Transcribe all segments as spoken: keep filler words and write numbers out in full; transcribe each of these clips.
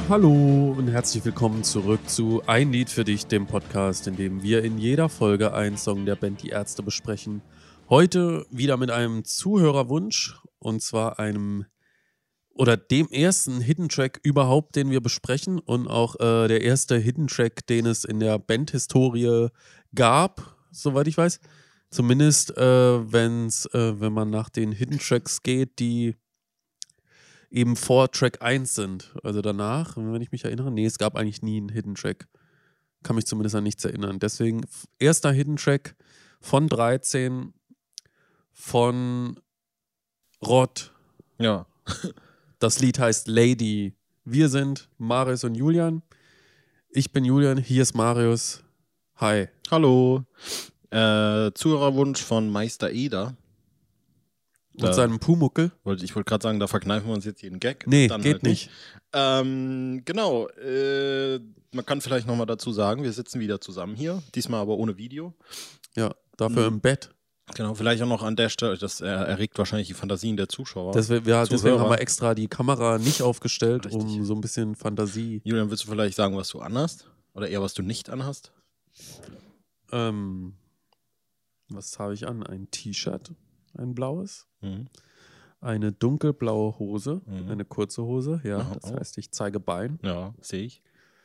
Hallo und herzlich willkommen zurück zu Ein Lied für dich, dem Podcast, in dem wir in jeder Folge einen Song der Band Die Ärzte besprechen. Heute wieder mit einem Zuhörerwunsch und zwar einem oder dem ersten Hidden Track überhaupt, den wir besprechen und auch äh, der erste Hidden Track, den es in der Bandhistorie gab, soweit ich weiß. Zumindest äh, wenn's, äh, wenn man nach den Hidden Tracks geht, die eben vor Track eins sind. Also danach, wenn ich mich erinnere, nee, es gab eigentlich nie einen Hidden Track. Kann mich zumindest an nichts erinnern. Deswegen erster Hidden Track von dreizehn von Rod. Ja. Das Lied heißt Lady. Wir sind Marius und Julian. Ich bin Julian, hier ist Marius. Hi. Hallo. Äh, Zuhörerwunsch von Meister Eder. Mit seinem Pumuckel. Wollte, ich wollte gerade sagen, da verkneifen wir uns jetzt jeden Gag. Nee, Dann geht halt nicht. nicht. Ähm, genau. Äh, man kann vielleicht nochmal dazu sagen, wir sitzen wieder zusammen hier. Diesmal aber ohne Video. Ja, dafür Mhm. im Bett. Genau, vielleicht auch noch an der Stelle, das er, erregt wahrscheinlich die Fantasien der Zuschauer. Deswegen, ja, deswegen Zuhörer. haben wir extra die Kamera nicht aufgestellt, Richtig. um so ein bisschen Fantasie. Julian, willst du vielleicht sagen, was du anhast? Oder eher, was du nicht anhast? Ähm, was habe ich an? Ein T-Shirt, ein blaues. Mhm. Eine dunkelblaue Hose, Mhm. eine kurze Hose, ja. Aha, Das oh. heißt, ich zeige Bein. Ja, sehe ich.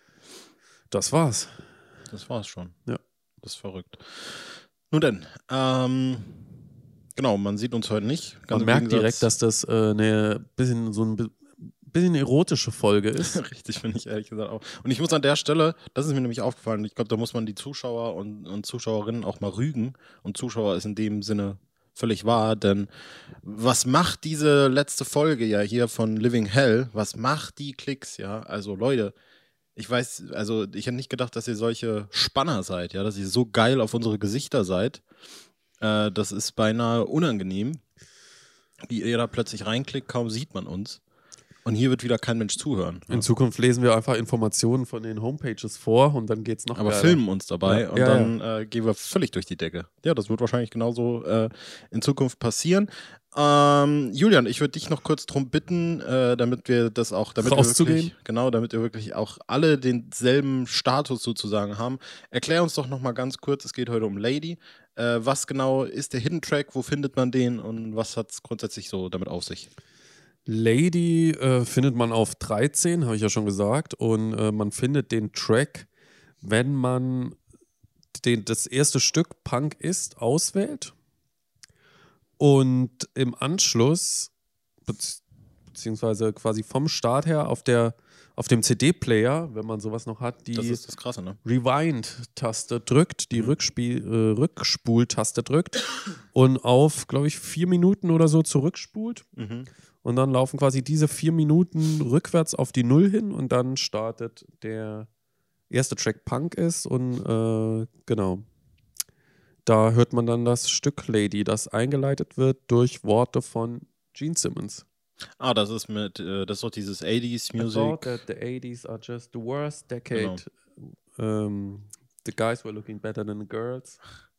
Das war's. Das war's schon. Ja. Das ist verrückt. Nun denn, ähm, genau, man sieht uns heute nicht. Ganz Man im merkt Gegensatz- direkt, dass das äh, eine bisschen so ein bi- bisschen erotische Folge ist. Richtig, finde ich ehrlich gesagt auch. Und ich muss an der Stelle, das ist mir nämlich aufgefallen, ich glaube, da muss man die Zuschauer und, und Zuschauerinnen auch mal rügen. Und Zuschauer ist in dem Sinne völlig wahr, denn was macht diese letzte Folge ja hier von Living Hell? Was macht die Klicks, ja? Also Leute, ich weiß, also ich hätte nicht gedacht, dass ihr solche Spanner seid, ja, dass ihr so geil auf unsere Gesichter seid. Äh, das ist beinahe unangenehm. Wie ihr da plötzlich reinklickt, kaum sieht man uns. Und hier wird wieder kein Mensch zuhören. Ja. In Zukunft lesen wir einfach Informationen von den Homepages vor und dann geht's noch Aber geiler. filmen uns dabei Ja, und ja, dann Äh, gehen wir völlig durch die Decke. Ja, das wird wahrscheinlich genauso äh, in Zukunft passieren. Ähm, Julian, ich würde dich noch kurz darum bitten, äh, damit wir das auch, damit wir Rauszugehen? wirklich, genau, damit wir wirklich auch alle denselben Status sozusagen haben. Erklär uns doch noch mal ganz kurz, es geht heute um Lady. Äh, was genau ist der Hidden Track, wo findet man den und was hat es grundsätzlich so damit auf sich? Lady äh, findet man auf dreizehn, habe ich ja schon gesagt. Und äh, man findet den Track, wenn man den, das erste Stück Punk ist, auswählt. Und im Anschluss, bezieh- beziehungsweise quasi vom Start her auf, der, auf dem C D-Player, wenn man sowas noch hat, die Das ist das Krasse, ne? Rewind-Taste drückt, die Mhm. Rückspiel, äh, Rückspul-Taste drückt und auf, glaube ich, vier Minuten oder so zurückspult. Mhm. Und dann laufen quasi diese vier Minuten rückwärts auf die Null hin und dann startet der erste Track Punk ist und äh, genau. Da hört man dann das Stück Lady, das eingeleitet wird durch Worte von Gene Simmons. Ah, das ist mit, äh, das ist doch dieses achtziger I Music. thought that the eighties are just the worst decade. Um, the guys were looking better than the girls.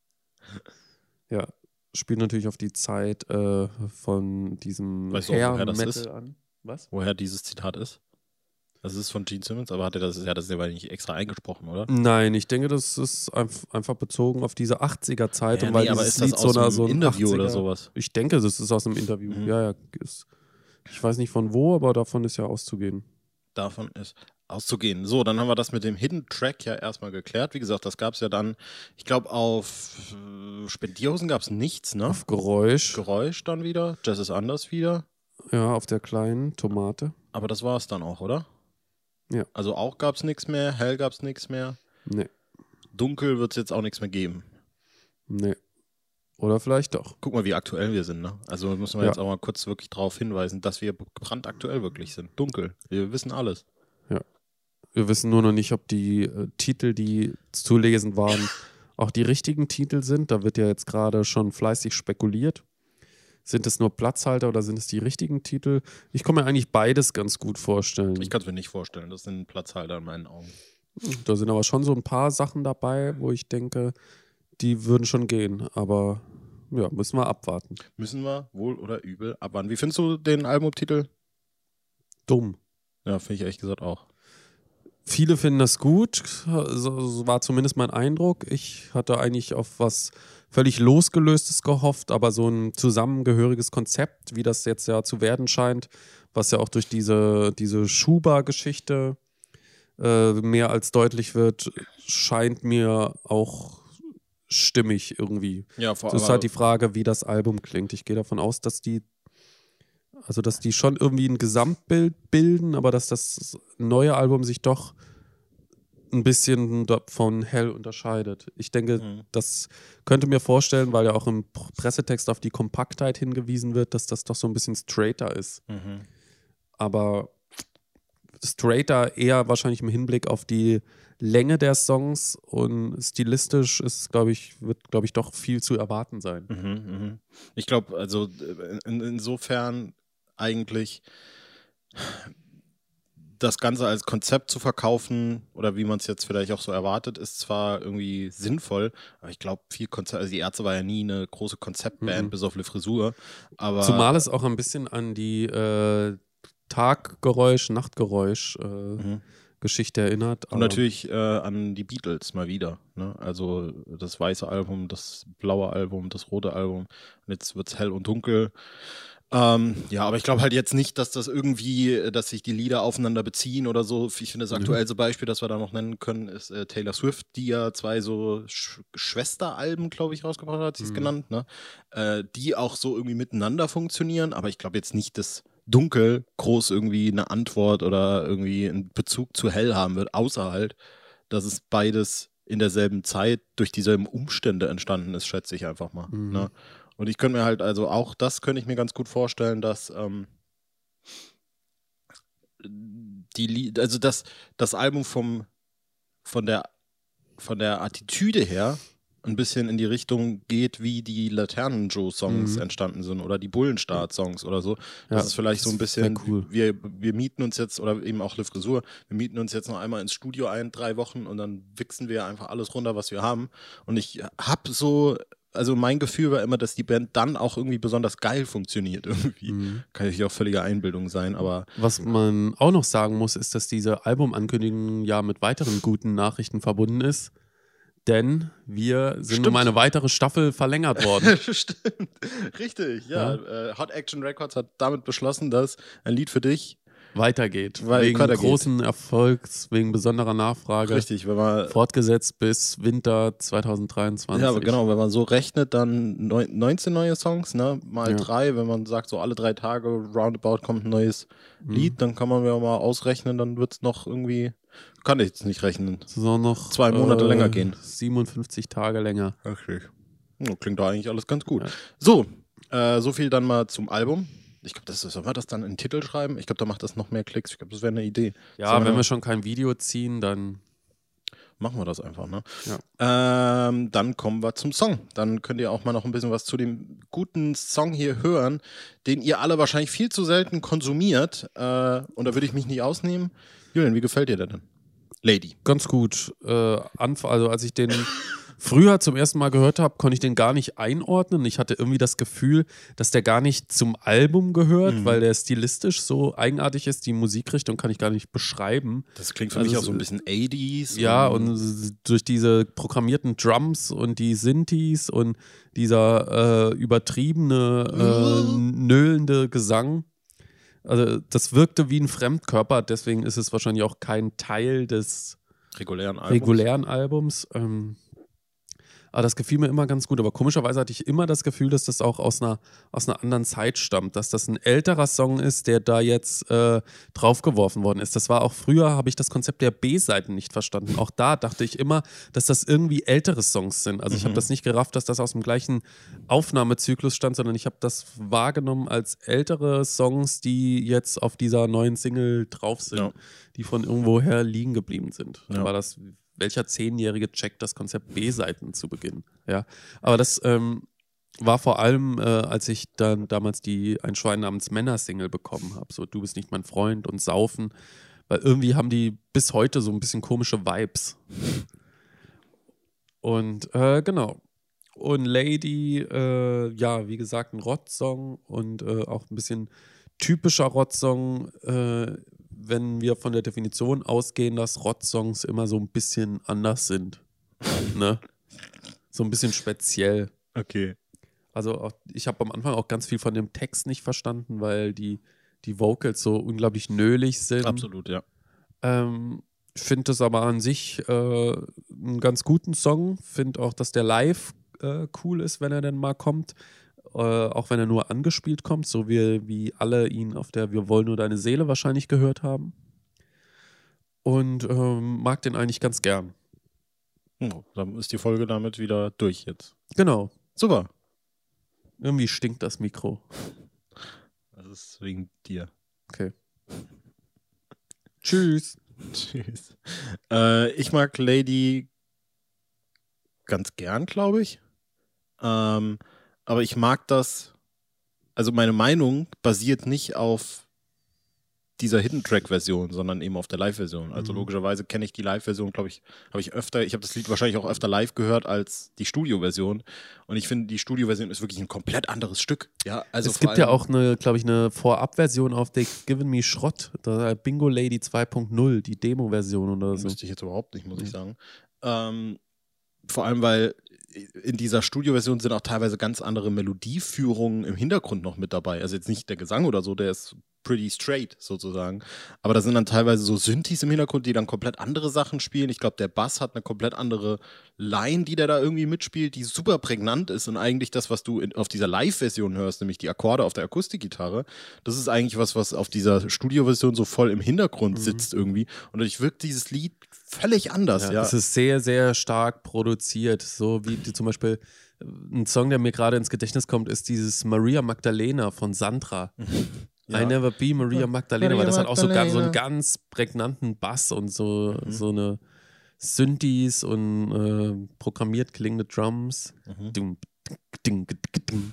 Ja, spielt natürlich auf die Zeit äh, von diesem Weißt du auch, woher das Hair-Metal ist? an. Was? Woher dieses Zitat ist? Das ist von Gene Simmons, aber hat er das, ja, das ist ja nicht extra eingesprochen, oder? Nein, ich denke, das ist einf- einfach bezogen auf diese achtziger-Zeit. Ja, und weil nee, aber dieses ist das Lied aus so, einer, einem so ein Interview oder achtziger sowas? Ich denke, das ist aus einem Interview. Mhm. Ja, ja. Ist, ich weiß nicht von wo, aber davon ist ja auszugehen. Davon ist auszugehen. So, dann haben wir das mit dem Hidden Track ja erstmal geklärt. Wie gesagt, das gab es ja dann, ich glaube, auf äh, Spendierhosen gab es nichts, ne? Auf Geräusch. Geräusch dann wieder, Jazz ist anders wieder. Ja, auf der kleinen Tomate. Aber das war es dann auch, oder? Ja. Also auch gab es nichts mehr, hell gab es nichts mehr. Nee, Dunkel wird es jetzt auch nichts mehr geben. nee. Oder vielleicht doch. Guck mal, wie aktuell wir sind, ne? Also müssen wir Ja. jetzt auch mal kurz wirklich darauf hinweisen, dass wir brandaktuell wirklich sind. Dunkel. Wir wissen alles. Wir wissen nur noch nicht, ob die äh, Titel, die zu lesen waren, auch die richtigen Titel sind. Da wird ja jetzt gerade schon fleißig spekuliert. Sind es nur Platzhalter oder sind es die richtigen Titel? Ich kann mir eigentlich beides ganz gut vorstellen. Ich kann es mir nicht vorstellen. Das sind Platzhalter in meinen Augen. Da sind aber schon so ein paar Sachen dabei, wo ich denke, die würden schon gehen. Aber ja, müssen wir abwarten. Müssen wir wohl oder übel abwarten. Wie findest du den Albumtitel? Dumm. Ja, finde ich ehrlich gesagt auch. viele finden das gut, so, so war zumindest mein Eindruck. Ich hatte eigentlich auf was völlig Losgelöstes gehofft, aber so ein zusammengehöriges Konzept, wie das jetzt ja zu werden scheint, was ja auch durch diese, diese Schuba-Geschichte äh, mehr als deutlich wird, scheint mir auch stimmig irgendwie. Ja, vor Das ist halt die Frage, wie das Album klingt. Ich gehe davon aus, dass die Also, dass die schon irgendwie ein Gesamtbild bilden, aber dass das neue Album sich doch ein bisschen von Hell unterscheidet. Ich denke, Mhm. das könnte mir vorstellen, weil ja auch im Pressetext auf die Kompaktheit hingewiesen wird, dass das doch so ein bisschen straighter ist. Mhm. Aber straighter eher wahrscheinlich im Hinblick auf die Länge der Songs und stilistisch ist, glaube ich, wird, glaube ich, doch viel zu erwarten sein. Mhm, mhm. Ich glaube, also in, insofern eigentlich das Ganze als Konzept zu verkaufen oder wie man es jetzt vielleicht auch so erwartet, ist zwar irgendwie sinnvoll, aber ich glaube, viel Konzept, also die Ärzte war ja nie eine große Konzeptband, Mhm. bis auf Le Frisur, aber Zumal es auch ein bisschen an die äh, Taggeräusch, Nachtgeräusch äh, mhm. Geschichte erinnert. Und natürlich äh, an die Beatles mal wieder. Ne? Also das weiße Album, das blaue Album, das rote Album. Und jetzt wird es hell und dunkel. Ähm, ja, aber ich glaube halt jetzt nicht, dass das irgendwie, dass sich die Lieder aufeinander beziehen oder so. Ich finde, das Mhm. aktuellste Beispiel, das wir da noch nennen können, ist äh, Taylor Swift, die ja zwei so Sch Schwesteralben, glaube ich, rausgebracht hat, hat sie es Mhm. genannt, ne? Äh, die auch so irgendwie miteinander funktionieren, aber ich glaube jetzt nicht, dass Dunkel groß irgendwie eine Antwort oder irgendwie einen Bezug zu hell haben wird, außer halt, dass es beides in derselben Zeit durch dieselben Umstände entstanden ist, schätze ich einfach mal. Mhm. Ne? Und ich könnte mir halt, also auch das könnte ich mir ganz gut vorstellen, dass ähm, die, Lie- also dass das Album vom, von der, von der Attitüde her ein bisschen in die Richtung geht, wie die Laternen-Joe-Songs Mhm. entstanden sind oder die Bullenstart-Songs oder so. Das Ja, ist vielleicht so ein das wär bisschen, cool. wir, wir mieten uns jetzt, oder eben auch Le Frisur, wir mieten uns jetzt noch einmal ins Studio ein, drei Wochen und dann wichsen wir einfach alles runter, was wir haben. Und ich hab so, also mein Gefühl war immer, dass die Band dann auch irgendwie besonders geil funktioniert irgendwie. Mhm. Kann natürlich auch völlige Einbildung sein, aber Was man auch noch sagen muss, ist, dass diese Albumankündigung ja mit weiteren guten Nachrichten verbunden ist. Denn wir sind Stimmt. um eine weitere Staffel verlängert worden. Stimmt, richtig, ja. Ja. Äh, Hot Action Records hat damit beschlossen, dass ein Lied für dich Weitergeht. Weil- wegen weitergeht. großen Erfolgs, wegen besonderer Nachfrage. richtig, wenn man Fortgesetzt bis Winter zwanzig dreiundzwanzig. ja, aber genau, wenn man so rechnet, dann neun, neunzehn neue Songs, ne, mal Ja. drei, wenn man sagt, so alle drei Tage roundabout kommt ein neues Mhm. Lied, dann kann man ja mal ausrechnen, dann wird es noch irgendwie, kann ich jetzt nicht rechnen. Es soll noch Zwei Monate äh, länger gehen. siebenundfünfzig Tage länger. Okay. Ja, klingt doch eigentlich alles ganz gut. Ja. So, äh, so viel dann mal zum Album. Ich glaube, das ist, sollen wir das dann in den Titel schreiben? Ich glaube, da macht das noch mehr Klicks. Ich glaube, das wäre eine Idee. Ja, Sollen wenn wir schon kein Video ziehen, dann Machen wir das einfach, ne? Ja. Ähm, dann kommen wir zum Song. Dann könnt ihr auch mal noch ein bisschen was zu dem guten Song hier hören, den ihr alle wahrscheinlich viel zu selten konsumiert. Äh, und da würde ich mich nicht ausnehmen. Julian, wie gefällt dir der denn? Lady. ganz gut. Äh, anf- also als ich den früher zum ersten Mal gehört habe, konnte ich den gar nicht einordnen. Ich hatte irgendwie das Gefühl, dass der gar nicht zum Album gehört, Mhm. weil der stilistisch so eigenartig ist. Die Musikrichtung kann ich gar nicht beschreiben. Das klingt für Also mich auch es- so ein bisschen achtziger. Ja, und s- durch diese programmierten Drums und die Synthes und dieser äh, übertriebene, äh, nöhlende Gesang. Also das wirkte wie ein Fremdkörper, deswegen ist es wahrscheinlich auch kein Teil des regulären Albums. regulären Albums. Ähm, aber das gefiel mir immer ganz gut. Aber komischerweise hatte ich immer das Gefühl, dass das auch aus einer, aus einer anderen Zeit stammt. Dass das ein älterer Song ist, der da jetzt äh, draufgeworfen worden ist. Das war auch früher, habe ich das Konzept der B-Seiten nicht verstanden. Auch da dachte ich immer, dass das irgendwie ältere Songs sind. Also ich habe Mhm. das nicht gerafft, dass das aus dem gleichen Aufnahmezyklus stand, sondern ich habe das wahrgenommen als ältere Songs, die jetzt auf dieser neuen Single drauf sind, Ja. die von irgendwoher liegen geblieben sind. Ja. War das welcher Zehnjährige checkt das Konzept B-Seiten zu Beginn? Ja, aber das ähm, war vor allem, äh, als ich dann damals die Ein Schwein namens Männer-Single bekommen habe. So, du bist nicht mein Freund und Saufen. Weil irgendwie haben die bis heute so ein bisschen komische Vibes. Und äh, genau. Und Lady, äh, ja, wie gesagt, ein Rott-Song und äh, auch ein bisschen typischer Rott-Song. Äh, wenn wir von der Definition ausgehen, dass Rot-Songs immer so ein bisschen anders sind. Ne? So ein bisschen speziell. Okay. Also auch, ich habe am Anfang auch ganz viel von dem Text nicht verstanden, weil die, die Vocals so unglaublich nölig sind. Absolut, ja. Ähm, finde es aber an sich äh, einen ganz guten Song. Finde auch, dass der live äh, cool ist, wenn er denn mal kommt. Äh, auch wenn er nur angespielt kommt, so wie, wie alle ihn auf der Wir wollen nur deine Seele wahrscheinlich gehört haben. Und ähm, mag den eigentlich ganz gern. Oh, dann ist die Folge damit wieder durch jetzt. Genau. Super. Irgendwie stinkt das Mikro. Das ist wegen dir. Okay. Tschüss. Tschüss. Äh, ich mag Lady ganz gern, glaube ich. Ähm, aber ich mag das, also meine Meinung basiert nicht auf dieser Hidden-Track-Version, sondern eben auf der Live-Version. Also Mhm. logischerweise kenne ich die Live-Version, glaube ich, habe ich öfter, ich habe das Lied wahrscheinlich auch öfter live gehört als die Studio-Version. Und ich finde, die Studio-Version ist wirklich ein komplett anderes Stück. Ja, also Es vor gibt ja allem- auch eine, glaube ich, eine Vorabversion auf They've Given Me Schrott, da Bingo Lady zwei Punkt null, die Demo-Version oder so. Wüsste ich jetzt überhaupt nicht, muss ich Mhm. sagen. Ähm, vor allem, weil in dieser Studioversion sind auch teilweise ganz andere Melodieführungen im Hintergrund noch mit dabei. Also jetzt nicht der Gesang oder so, der ist pretty straight sozusagen. Aber da sind dann teilweise so Synthes im Hintergrund, die dann komplett andere Sachen spielen. Ich glaube, der Bass hat eine komplett andere Line, die der da irgendwie mitspielt, die super prägnant ist und eigentlich das, was du in, auf dieser Live-Version hörst, nämlich die Akkorde auf der Akustikgitarre, das ist eigentlich was, was auf dieser Studioversion so voll im Hintergrund Mhm. sitzt irgendwie. Und dadurch wirkt dieses Lied völlig anders, Ja, ja. es ist sehr, sehr stark produziert. So wie die, zum Beispiel äh, ein Song, der mir gerade ins Gedächtnis kommt, ist dieses Maria Magdalena von Sandra. Ja. I never be Maria Magdalena, Maria weil das hat auch so, ganz, so einen Magdalena. ganz prägnanten Bass und so, Mhm. so eine Synthes und äh, programmiert klingende Drums. Mhm. Dum, ding, ding, ding,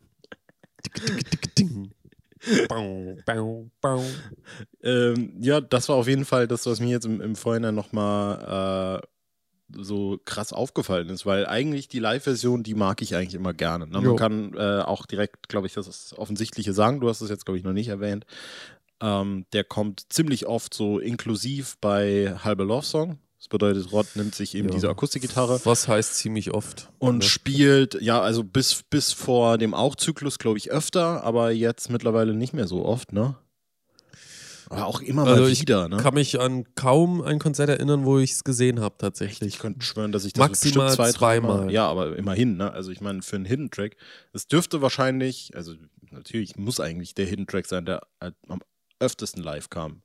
ding, ding, ding. Bau, bau, bau. Ähm, ja, das war auf jeden Fall das, was mir jetzt im, im Vorhinein nochmal äh, so krass aufgefallen ist, weil eigentlich die Live-Version, die mag ich eigentlich immer gerne. Ne? Jo. Man kann äh, auch direkt, glaube ich, das Offensichtliche sagen, du hast es jetzt, glaube ich, noch nicht erwähnt. Ähm, der kommt ziemlich oft so inklusiv bei Halbe Love Song. Das bedeutet, Rod nimmt sich eben Ja. diese Akustikgitarre Was heißt ziemlich oft? und ne? spielt, ja, also bis, bis vor dem Auch-Zyklus, glaube ich, öfter, aber jetzt mittlerweile nicht mehr so oft, ne? Aber auch immer Also mal ich wieder, ne? kann mich an kaum ein Konzert erinnern, wo ich es gesehen habe tatsächlich. Ich könnte schwören, dass ich das Maximal bestimmt zwei, zweimal. dreimal. Ja, aber immerhin, ne? Also ich meine, für einen Hidden Track, es dürfte wahrscheinlich, also natürlich muss eigentlich der Hidden Track sein, der äh, am öftesten live kam.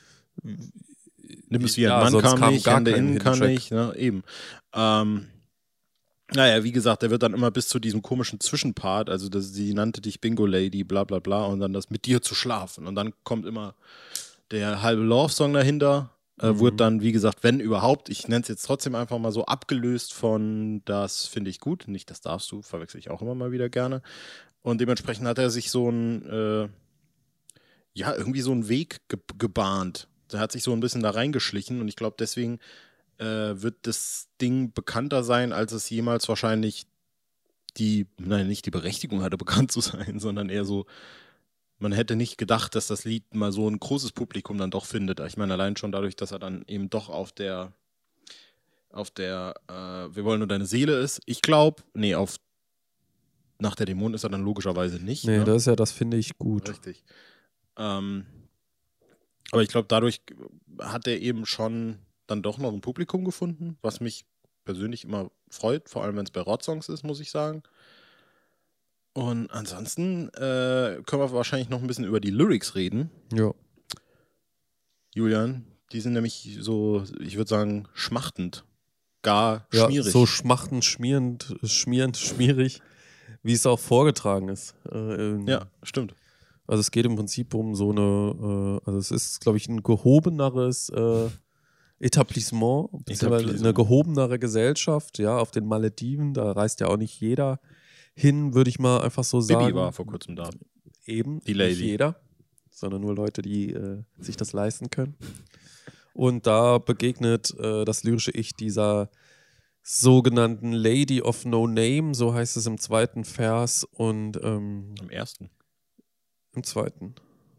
Nimm es wie ein Ja, Mann sonst kam kam nicht, gar Hände kein innen Hidden kann Track. nicht, ne? Eben. Ähm, naja, wie gesagt, der wird dann immer bis zu diesem komischen Zwischenpart, also das, sie nannte dich Bingo Lady, bla bla bla, und dann das mit dir zu schlafen. Und dann kommt immer der halbe Love-Song dahinter, äh, Mhm. wurde dann, wie gesagt, wenn überhaupt, ich nenne es jetzt trotzdem einfach mal so, abgelöst von das finde ich gut, nicht das darfst du, verwechsel ich auch immer mal wieder gerne. Und dementsprechend hat er sich so ein, äh, ja, irgendwie so einen Weg ge gebahnt. Der hat sich so ein bisschen da reingeschlichen und ich glaube, deswegen äh, wird das Ding bekannter sein, als es jemals wahrscheinlich die, nein, nicht die Berechtigung hatte, bekannt zu sein, sondern eher so, man hätte nicht gedacht, dass das Lied mal so ein großes Publikum dann doch findet. Ich meine, allein schon dadurch, dass er dann eben doch auf der, auf der, äh, Wir wollen nur deine Seele ist. Ich glaube, nee, auf Nach der Dämon ist er dann logischerweise nicht. Nee, ne? das ist ja, das finde ich gut. Richtig. Ähm, aber ich glaube, dadurch hat er eben schon dann doch noch ein Publikum gefunden, was mich persönlich immer freut, vor allem wenn es bei Rot-Songs ist, muss ich sagen. Und ansonsten äh, können wir wahrscheinlich noch ein bisschen über die Lyrics reden. Ja. Julian, die sind nämlich so, ich würde sagen, schmachtend. Gar Ja, schmierig. so schmachtend, schmierend, schmierend, schmierig, wie es auch vorgetragen ist. Äh, in- Ja, stimmt. Also es geht im Prinzip um so eine, äh, also es ist, glaube ich, ein gehobeneres äh, Etablissement, beziehungsweise eine Etablissement. gehobenere Gesellschaft, ja, auf den Malediven, da reist ja auch nicht jeder hin, würde ich mal einfach so sagen. Bibi war vor kurzem da. Eben, Die nicht Lady. jeder, sondern nur Leute, die äh, sich das leisten können. Und da begegnet äh, das lyrische Ich dieser sogenannten Lady of No Name, so heißt es im zweiten Vers und ähm, Am ersten. im zweiten.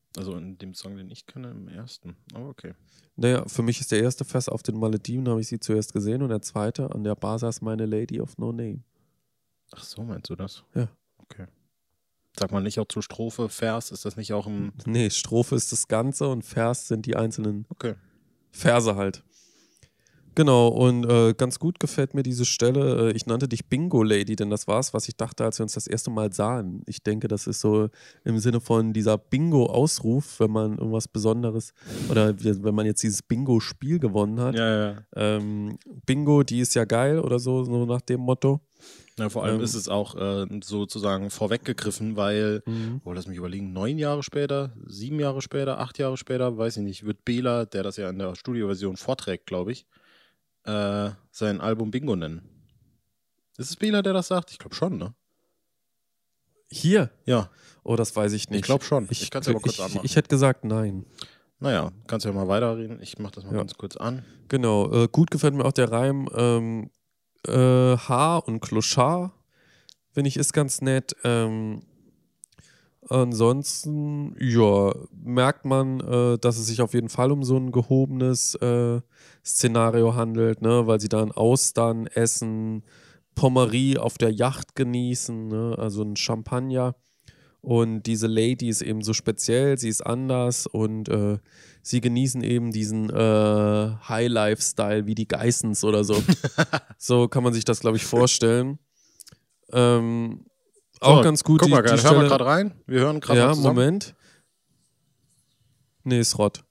Also in dem Song, den ich kenne, im ersten. Aber okay. Naja, für mich ist der erste Vers auf den Malediven, habe ich sie zuerst gesehen, und der zweite an der Bar saß meine Lady of No Name. Ach so, meinst du das? Ja. Okay. Sagt man nicht auch zur Strophe, Vers? Ist das nicht auch im... Nee, Strophe ist das Ganze und Vers sind die einzelnen Okay. Verse halt. Genau, und äh, ganz gut gefällt mir diese Stelle. Äh, ich nannte dich Bingo Lady, denn das war es, was ich dachte, als wir uns das erste Mal sahen. Ich denke, das ist so im Sinne von dieser Bingo-Ausruf, wenn man irgendwas Besonderes oder wenn man jetzt dieses Bingo-Spiel gewonnen hat. Ja, ja. Ähm, Bingo, die ist ja geil oder so, so nach dem Motto. Ja, vor allem Ähm, ist es auch äh, sozusagen vorweggegriffen, weil, Mhm. oh, lass mich überlegen, neun Jahre später, sieben Jahre später, acht Jahre später, weiß ich nicht, wird Bela, der das ja in der Studioversion vorträgt, glaube ich, äh, sein Album Bingo nennen. Ist es Bela, der das sagt? Ich glaube schon, ne? Hier? Ja, Oh, das weiß ich nicht. ich glaube schon. Ich, Ich kann es ja mal kurz ich, anmachen. ich hätte gesagt nein. Naja, kannst ja mal weiterreden. Ich mache das mal Ja. ganz kurz an. Genau, äh, gut gefällt mir auch der Reim ähm, äh, Haar und Clochard, finde ich, ist ganz nett. Ähm, ansonsten, ja, merkt man, äh, dass es sich auf jeden Fall um so ein gehobenes äh, Szenario handelt, ne? Weil sie dann Austern essen, Pommerie auf der Yacht genießen, ne? Also ein Champagner. Und diese Lady ist eben so speziell, sie ist anders und äh, sie genießen eben diesen äh, High-Lifestyle wie die Geissens oder so. So kann man sich das, glaube ich, vorstellen. Ähm, auch So, ganz gut. Guck die, mal, die hören wir Stelle- gerade rein? Wir hören gerade Ja, mal zusammen. Moment. Nee, ist Rott.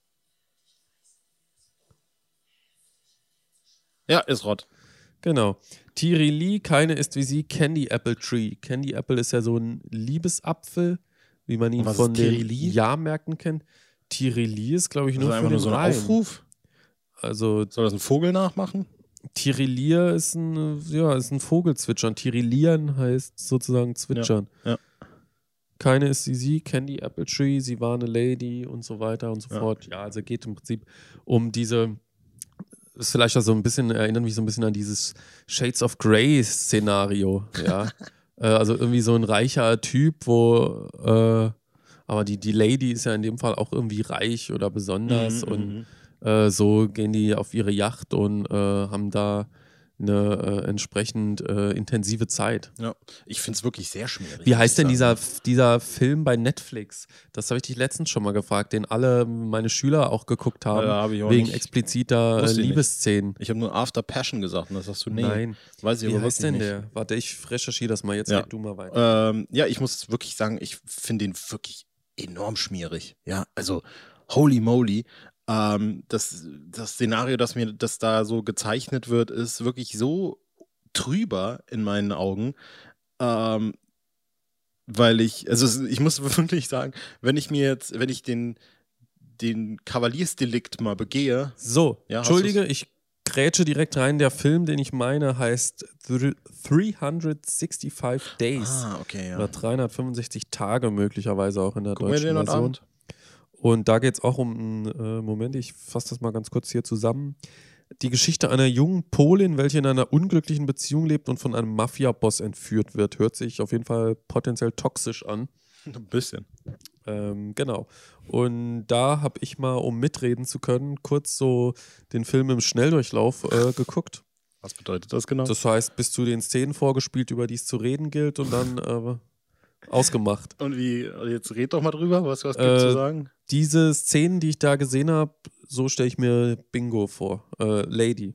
Ja, ist Rott. Genau. Thierry Lee, keine ist wie sie, Candy Apple Tree. Candy Apple ist ja so ein Liebesapfel, wie man ihn Und was von ist den Tirili? Jahrmärkten kennt. Thierry Lee ist, glaube ich, Ist das nur für einfach den nur so ein Reim. Aufruf? Also Soll das ein Vogel nachmachen? Tirilier ist ein, ja, ist ein Vogelzwitschern. Tirilieren heißt sozusagen zwitschern. Ja, ja. Keine ist sie, sie, Candy Apple Tree, sie war eine Lady und so weiter und so Ja. fort. Ja, also geht im Prinzip um diese, ist vielleicht auch so ein bisschen, erinnert mich so ein bisschen an dieses Shades of Grey Szenario, ja. äh, also irgendwie so ein reicher Typ, wo, äh, aber die, die Lady ist ja in dem Fall auch irgendwie reich oder besonders Mhm, und mhm. Äh, so gehen die auf ihre Yacht und äh, haben da eine äh, entsprechend äh, intensive Zeit. Ja, ich finde es wirklich sehr schwierig. Wie muss heißt ich denn sagen. dieser, dieser Film bei Netflix? Das habe ich dich letztens schon mal gefragt, den alle meine Schüler auch geguckt haben, Ja, hab ich auch wegen nicht. expliziter äh, Wusste ich nicht. Liebeszenen. Ich habe nur After Passion gesagt und das hast du nee. Nein. Weiß ich Wie aber heißt wirklich denn nicht. der? Warte, ich recherchiere das mal. Jetzt Ja. red du mal weiter. Ähm, ja, ich muss wirklich sagen, ich finde den wirklich enorm schmierig. Ja, also holy moly. Ähm, das, das Szenario, das mir das da so gezeichnet wird, ist wirklich so trüber in meinen Augen. Ähm, weil ich, also es- ich muss wirklich sagen, wenn ich mir jetzt, wenn ich den, den Kavaliersdelikt mal begehe, So, Ja, hast Entschuldige, ich grätsche direkt rein. Der Film, den ich meine, heißt Thr- dreihundertfünfundsechzig Days. ah, okay, ja. Oder dreihundertfünfundsechzig Tage möglicherweise auch in der Gucken wir deutschen den heute Version. Abend? Und da geht es auch um, einen, äh, Moment, ich fasse das mal ganz kurz hier zusammen. Die Geschichte einer jungen Polin, welche in einer unglücklichen Beziehung lebt und von einem Mafia-Boss entführt wird. Hört sich auf jeden Fall potenziell toxisch an. Ein bisschen. Ähm, genau. Und da habe ich mal, um mitreden zu können, kurz so den Film im Schnelldurchlauf äh, geguckt. Was bedeutet das genau? Das heißt, bis zu den Szenen vorgespielt, über die es zu reden gilt und dann äh, ausgemacht. Und wie, jetzt red doch mal drüber, was, was Äh, gibt's zu sagen? Diese Szenen, die ich da gesehen habe, so stelle ich mir Bingo vor. Äh, Lady.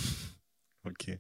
Okay.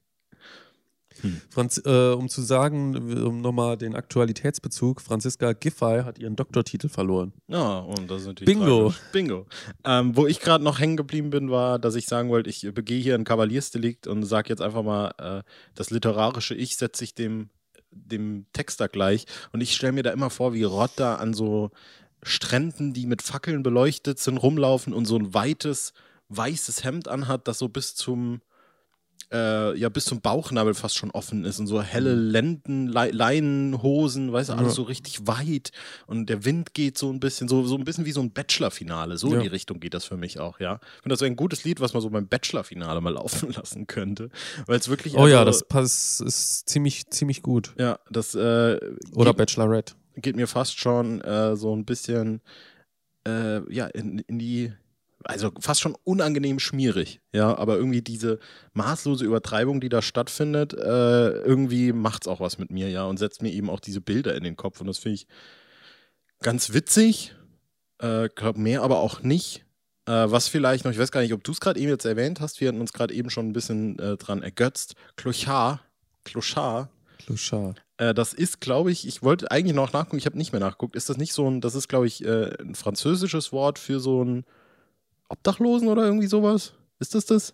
Franz, äh, um zu sagen, um nochmal den Aktualitätsbezug, Franziska Giffey hat ihren Doktortitel verloren. Ja, und das ist natürlich Bingo. tragisch. Bingo. Ähm, wo ich gerade noch hängen geblieben bin, war, dass ich sagen wollte, ich begehe hier ein Kavaliersdelikt und sage jetzt einfach mal, äh, das literarische Ich setze ich dem, dem Texter gleich. Und ich stelle mir da immer vor, wie Rott da an so Stränden, die mit Fackeln beleuchtet sind, rumlaufen und so ein weites, weißes Hemd anhat, das so bis zum äh, ja, bis zum Bauchnabel fast schon offen ist und so helle Lenden, Le Leinenhosen, weißt du, alles Ja. so richtig weit und der Wind geht so ein bisschen, so, so ein bisschen wie so ein Bachelor-Finale, so Ja. in die Richtung geht das für mich auch, ja. Ich finde das so ein gutes Lied, was man so beim Bachelor-Finale mal laufen lassen könnte, weil es wirklich, Oh also, ja, das passt, ist ziemlich, ziemlich gut. ja, das äh, Oder geht, Bachelorette. geht mir fast schon äh, so ein bisschen äh, ja, in, in die, also fast schon unangenehm schmierig, ja, aber irgendwie diese maßlose Übertreibung, die da stattfindet, äh, irgendwie macht's auch was mit mir, ja, und setzt mir eben auch diese Bilder in den Kopf und das finde ich ganz witzig, äh, glaub mehr aber auch nicht. Äh, was vielleicht noch, ich weiß gar nicht, ob du es gerade eben jetzt erwähnt hast, wir hatten uns gerade eben schon ein bisschen äh, dran ergötzt, Clochard, Clochard, Clochard. Äh, das ist, glaube ich, ich wollte eigentlich noch nachgucken, ich habe nicht mehr nachgeguckt. Ist das nicht so ein, das ist, glaube ich, äh, ein französisches Wort für so einen Obdachlosen oder irgendwie sowas? Ist das das?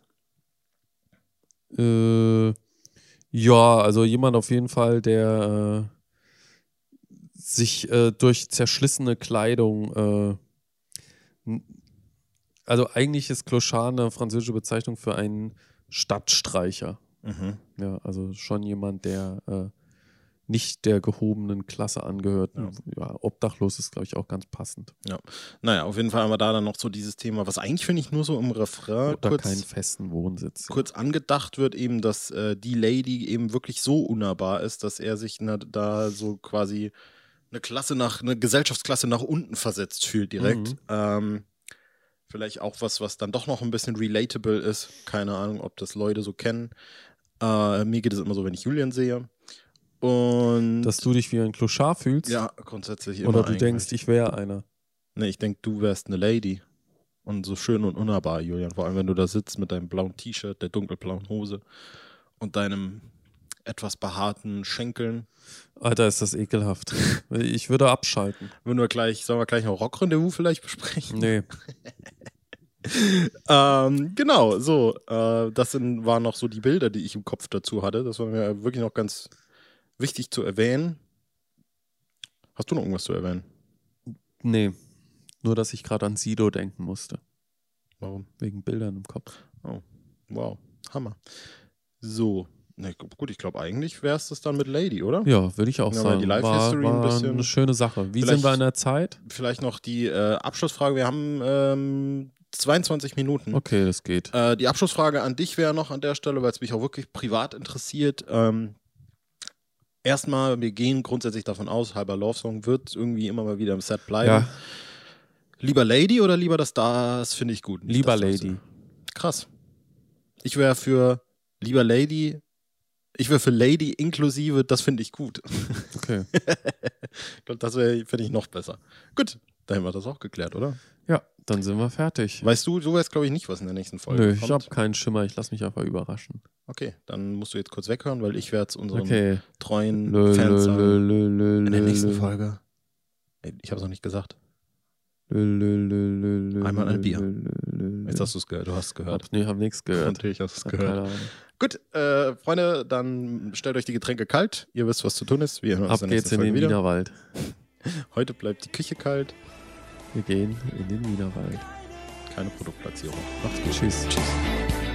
Äh, ja, also jemand auf jeden Fall, der äh, sich äh, durch zerschlissene Kleidung, äh, n- also eigentlich ist Clochard eine französische Bezeichnung für einen Stadtstreicher. Mhm. Ja, also schon jemand, der äh, nicht der gehobenen Klasse angehört. Ja. Ja, obdachlos ist, glaube ich, auch ganz passend. Naja, auf jeden Fall haben wir da dann noch so dieses Thema, was eigentlich, finde ich, nur so im Refrain Oder kurz, keinen festen Wohnsitz. kurz angedacht wird, eben, dass äh, die Lady eben wirklich so unnahbar ist, dass er sich na, da so quasi eine Klasse nach, eine Gesellschaftsklasse nach unten versetzt fühlt direkt. Mhm. Ähm, vielleicht auch was, was dann doch noch ein bisschen relatable ist. Keine Ahnung, ob das Leute so kennen. Äh, mir geht es immer so, wenn ich Julian sehe. Und Dass du dich wie ein Clochard fühlst? ja, grundsätzlich immer. Oder du eigentlich. denkst, ich wäre einer? Nee, ich denke, du wärst eine Lady. Und so schön und unnahbar, Julian. Vor allem, wenn du da sitzt mit deinem blauen T-Shirt, der dunkelblauen Hose und deinem etwas behaarten Schenkeln. Alter, ist das ekelhaft. Ich würde abschalten. Würden wir gleich, sollen wir gleich noch Rockrendezvous vielleicht besprechen? Nee. ähm, genau, so. Äh, das sind, waren noch so die Bilder, die ich im Kopf dazu hatte. Das war mir wirklich noch ganz wichtig zu erwähnen. Hast du noch irgendwas zu erwähnen? Nee. Nur, dass ich gerade an Sido denken musste. Warum? Wegen Bildern im Kopf. Wow, Hammer. So, ne, gut, ich glaube, eigentlich wäre es das dann mit Lady, oder? Ja, würde ich auch Ja, weil sagen. die Live war, History ein war bisschen- eine schöne Sache. Wie Vielleicht- sind wir in der Zeit? Vielleicht noch die äh, Abschlussfrage. Wir haben ähm, zweiundzwanzig Minuten. Okay, das geht. Äh, die Abschlussfrage an dich wäre noch an der Stelle, weil es mich auch wirklich privat interessiert. Ähm, erstmal, wir gehen grundsätzlich davon aus, halber Love Song wird irgendwie immer mal wieder im Set bleiben. Ja, Lieber Lady oder lieber das Das finde ich gut. Nicht lieber das Darfst Lady. du. Krass. Ich wäre für lieber Lady. Ich wäre für Lady inklusive, das finde ich gut. Okay. Ich glaube, das wäre, finde ich, noch besser. Gut, dann haben wir das auch geklärt, oder? Ja, dann sind wir fertig. Weißt du, du weißt, glaube ich, nicht, was in der nächsten Folge Nö, kommt. ich habe keinen Schimmer. Ich lasse mich einfach überraschen. Okay, dann musst du jetzt kurz weghören, weil ich werde es unseren Okay. treuen Lö, Fans lö, sagen. lö, lö, lö, In der lö, nächsten lö. Folge. Ey, ich habe es noch nicht gesagt. Lö, lö, lö, lö, lö, Einmal ein lö, Bier. lö, lö, lö. Jetzt hast du es gehört, du hast es gehört. Hab, nee, hab nichts gehört. Natürlich hast du es Hab gehört. keine Ahnung. Gut, äh, Freunde, dann stellt euch die Getränke kalt. Ihr wisst, was zu tun ist. Wir hören uns Ab in der geht's nächsten in den Folge wieder. Wienerwald. Heute bleibt die Küche kalt. Wir gehen in den Wienerwald. Keine Produktplatzierung. Macht's gut. Tschüss. Tschüss.